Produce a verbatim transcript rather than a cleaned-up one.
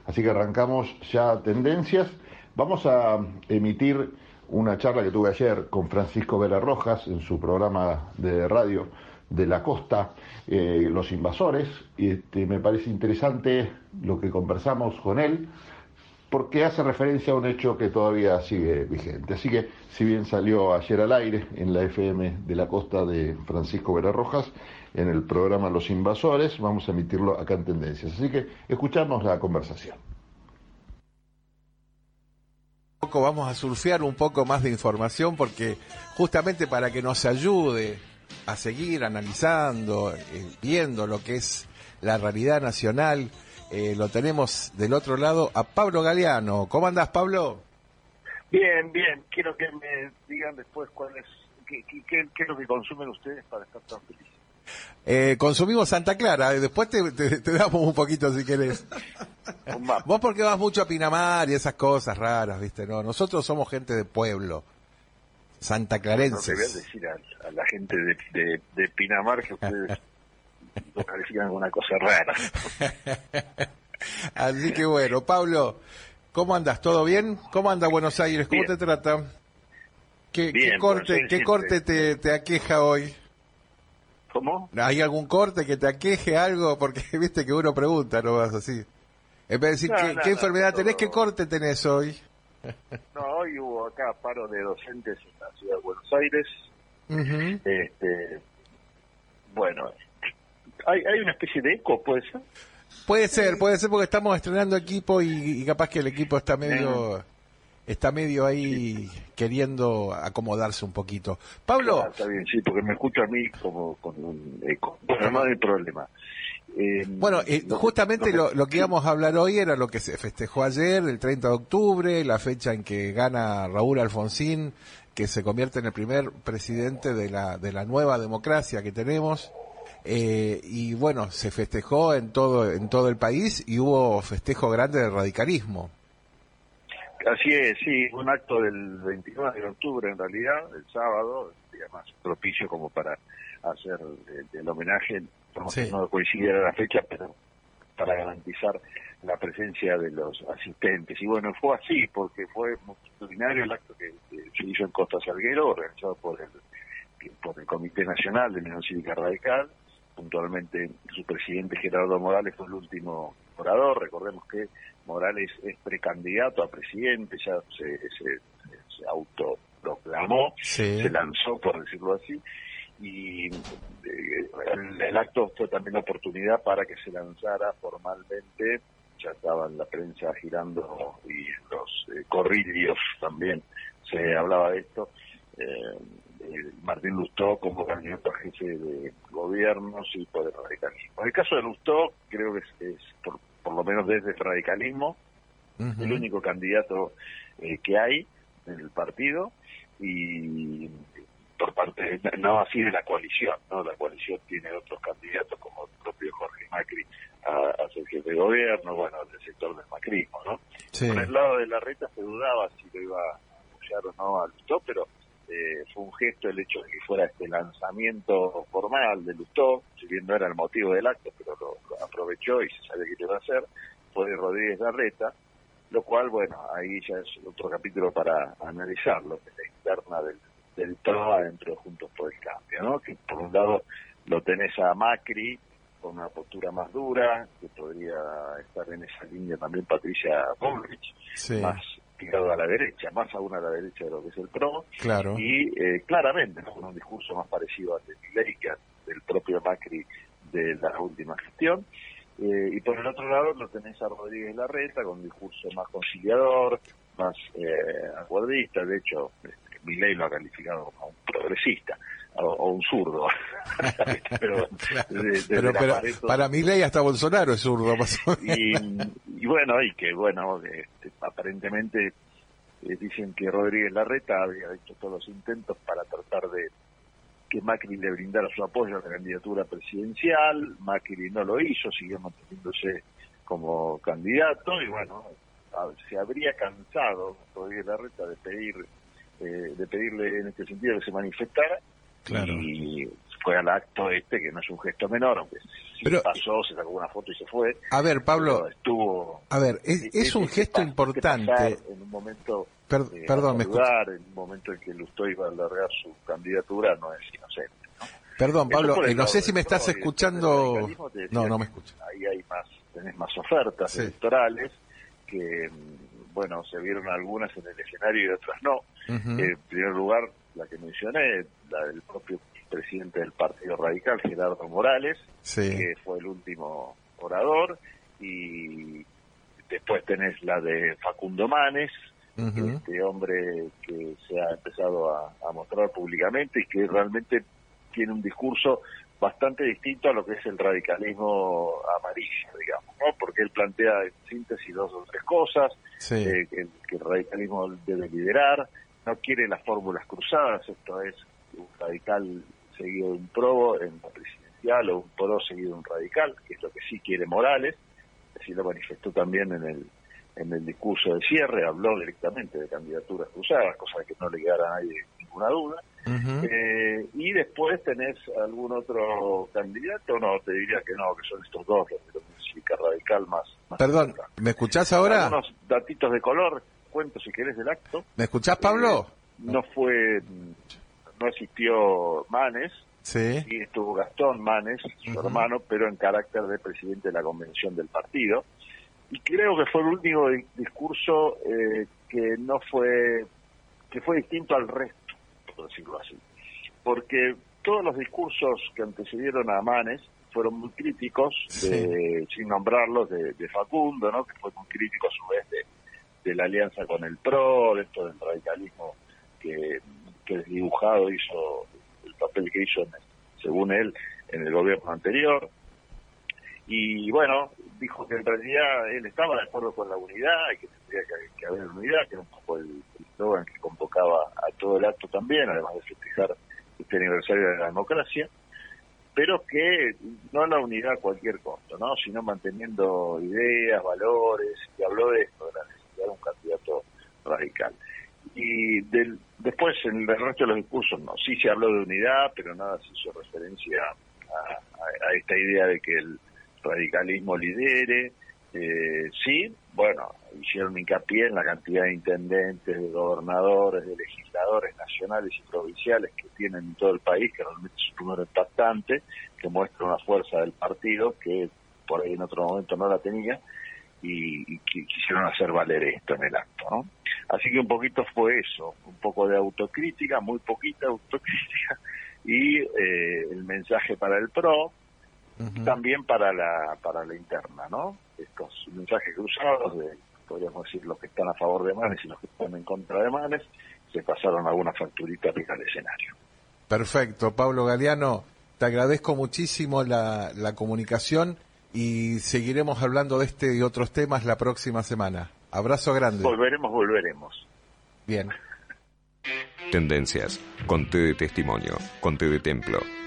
Así que arrancamos ya tendencias. Vamos a emitir una charla que tuve ayer con Francisco Vera Rojas en su programa de radio de la costa, eh, Los Invasores, y este, me parece interesante lo que conversamos con él, porque hace referencia a un hecho que todavía sigue vigente. Así que, si bien salió ayer al aire en la F M de la costa de Francisco Vera Rojas, en el programa Los Invasores, vamos a emitirlo acá en Tendencias. Así que escuchamos la conversación. Vamos a surfear un poco más de información porque justamente para que nos ayude a seguir analizando, eh, viendo lo que es la realidad nacional, eh, lo tenemos del otro lado a Pablo Galeano. ¿Cómo andás, Pablo? Bien, bien. Quiero que me digan después cuál es, qué, qué, qué, qué es lo que consumen ustedes para estar tan felices. Eh, consumimos Santa Clara, después te, te, te damos un poquito si querés. Vos porque vas mucho a Pinamar y esas cosas raras, ¿viste? No, nosotros somos gente de pueblo, santaclarenses. No te voy a decir a, a la gente de, de, de Pinamar que ustedes lo califican como una cosa rara. Así que bueno, Pablo, ¿cómo andas? ¿Todo bien? ¿Cómo anda Buenos Aires? ¿Cómo bien te trata? ¿Qué, bien, qué corte, ¿qué corte te, te aqueja hoy? ¿Cómo? ¿Hay algún corte que te aqueje algo? Porque viste que uno pregunta, no vas así. En vez de decir, no, ¿qué, no, ¿qué no, enfermedad no, tenés? no. ¿Qué corte tenés hoy? No, hoy hubo acá paro de docentes en la ciudad de Buenos Aires. Uh-huh. Este, bueno, hay, hay una especie de eco, ¿puede ser? Puede ser, puede ser porque estamos estrenando equipo y, y capaz que el equipo está medio... Uh-huh. Está medio ahí sí. queriendo acomodarse un poquito. Pablo. Ah, está bien, sí, porque me escucho a mí como con un eco. Bueno, no hay problema. Eh, bueno, eh, lo justamente que, lo, lo que sí. íbamos a hablar hoy era lo que se festejó ayer, el treinta de octubre, la fecha en que gana Raúl Alfonsín, que se convierte en el primer presidente de la, de la nueva democracia que tenemos. Eh, y bueno, se festejó en todo, en todo el país y hubo festejo grande del radicalismo. Así es, sí, un acto del veintinueve de octubre en realidad, el sábado, el día más propicio como para hacer el, el homenaje, como sí. que no coincidiera la fecha, pero para garantizar la presencia de los asistentes. Y bueno, fue así, porque fue multitudinario el acto que, que se hizo en Costa Salguero, organizado por el, por el Comité Nacional de Unión Cívica Radical. Puntualmente su presidente Gerardo Morales fue el último orador. Recordemos que Morales es precandidato a presidente, ya se, se, se autoproclamó, sí. se lanzó, por decirlo así, y eh, el, el acto fue también la oportunidad para que se lanzara formalmente, ya estaba en la prensa girando y en los eh, corrillos también se hablaba de esto, eh, eh, Martín Lustó como candidato a jefe de gobierno y por el radicalismo. En el caso de Lustó, creo que es, es por, por lo menos desde el radicalismo, uh-huh. el único candidato eh, que hay en el partido, y por parte, no así de la coalición, ¿no? La coalición tiene otros candidatos como el propio Jorge Macri a, a ser jefe de gobierno, bueno, del sector del macrismo, ¿no? Sí. Por el lado de Larreta se dudaba si lo iba a apoyar o no a Lustó, pero Eh, fue un gesto el hecho de que fuera este lanzamiento formal de Lustó, si bien no era el motivo del acto, pero lo, lo aprovechó y se sabe que lo iba a hacer, fue de Rodríguez Larreta, lo cual, bueno, ahí ya es otro capítulo para analizarlo, de la interna del, del T R O dentro de Juntos por el Cambio, ¿no? Que por un lado lo tenés a Macri con una postura más dura, que podría estar en esa línea también Patricia Bullrich, sí. más tirado a la derecha, más aún a la derecha de lo que es el P R O, claro. y eh, claramente, ¿no? con un discurso más parecido al de Milei que al del propio Macri de la última gestión, eh, y por el otro lado lo tenés a Rodríguez Larreta con un discurso más conciliador, más eh, acuerdista, de hecho este, Milei lo ha calificado como un progresista, o, o un zurdo, pero, de, de pero, pero Pareto, para Milei hasta Bolsonaro es zurdo. y, y bueno, y que bueno, este, aparentemente eh, dicen que Rodríguez Larreta había hecho todos los intentos para tratar de que Macri le brindara su apoyo a la candidatura presidencial. Macri no lo hizo, siguió manteniéndose como candidato, y bueno, se habría cansado Rodríguez Larreta de pedir eh, de pedirle en este sentido que se manifestara. Claro. Y fue al acto este, que no es un gesto menor, aunque sí pero, pasó, se sacó una foto y se fue. A ver, Pablo, estuvo, a ver, es, es, es un es gesto importante. En un momento, per, eh, perdón, me saludar, en un momento en que Lustó iba a alargar su candidatura, no es inocente, ¿no? Perdón, Pablo, eh, no sé si me estás pro, escuchando. No, no me escucho. Ahí hay más, tenés más ofertas sí. electorales que, bueno, se vieron algunas en el escenario y otras no. Uh-huh. eh, en primer lugar, la que mencioné, la del propio presidente del Partido Radical, Gerardo Morales, sí. que fue el último orador, y después tenés la de Facundo Manes, uh-huh. este hombre que se ha empezado a, a mostrar públicamente y que realmente tiene un discurso bastante distinto a lo que es el radicalismo amarillo, digamos, ¿no? Porque él plantea en síntesis dos o tres cosas, sí. eh, que, que el radicalismo debe liderar, no quiere las fórmulas cruzadas, esto es un radical seguido de un pro en la presidencial o un pro seguido de un radical, que es lo que sí quiere Morales, así lo manifestó también en el en el discurso de cierre, habló directamente de candidaturas cruzadas, cosa que no le quedara a nadie ninguna duda. Uh-huh. eh, y después tenés algún otro candidato, no, te diría que no, que son estos dos, los de la chica radical más, más Perdón, cerca. ¿Me escuchás ahora? Algunos datitos de color, cuento si querés del acto. ¿Me escuchás, Pablo? Eh, no fue, no asistió Manes, sí. y estuvo Gastón Manes, su uh-huh. hermano, pero en carácter de presidente de la convención del partido. Y creo que fue el único di- discurso eh, que no fue, que fue distinto al resto, por decirlo así. Porque todos los discursos que antecedieron a Manes fueron muy críticos, de, sí. sin nombrarlos, de, de Facundo, ¿no? Que fue muy crítico a su vez de, de la alianza con el PRO, de esto del radicalismo que, que desdibujado hizo, el papel que hizo, en, según él, en el gobierno anterior. Y bueno, dijo que en realidad él estaba de acuerdo con la unidad y que tendría que, que haber unidad, que era un poco el eslogan que convocaba a todo el acto también, además de festejar este aniversario de la democracia, pero que no la unidad a cualquier costo, ¿no? Sino manteniendo ideas, valores, y habló de esto, de la necesidad de un candidato radical. Y del, después en el resto de los discursos no, sí se habló de unidad, pero nada se hizo referencia a, a, a esta idea de que el radicalismo lidere, eh, sí, bueno, hicieron hincapié en la cantidad de intendentes, de gobernadores, de legisladores nacionales y provinciales que tienen en todo el país, que realmente es un número impactante, que muestra una fuerza del partido que por ahí en otro momento no la tenía, y, y que quisieron hacer valer esto en el acto, ¿no? Así que un poquito fue eso, un poco de autocrítica, muy poquita autocrítica, y eh, el mensaje para el PRO, uh-huh. también para la para la interna, ¿no? Estos mensajes cruzados de, podríamos decir, los que están a favor de Manes y los que están en contra de Manes, se pasaron algunas facturitas arriba al escenario. Perfecto, Pablo Galeano, te agradezco muchísimo la, la comunicación y seguiremos hablando de este y otros temas la próxima semana. Abrazo grande. Volveremos, volveremos. Bien. Tendencias, conté de testimonio, conté de templo.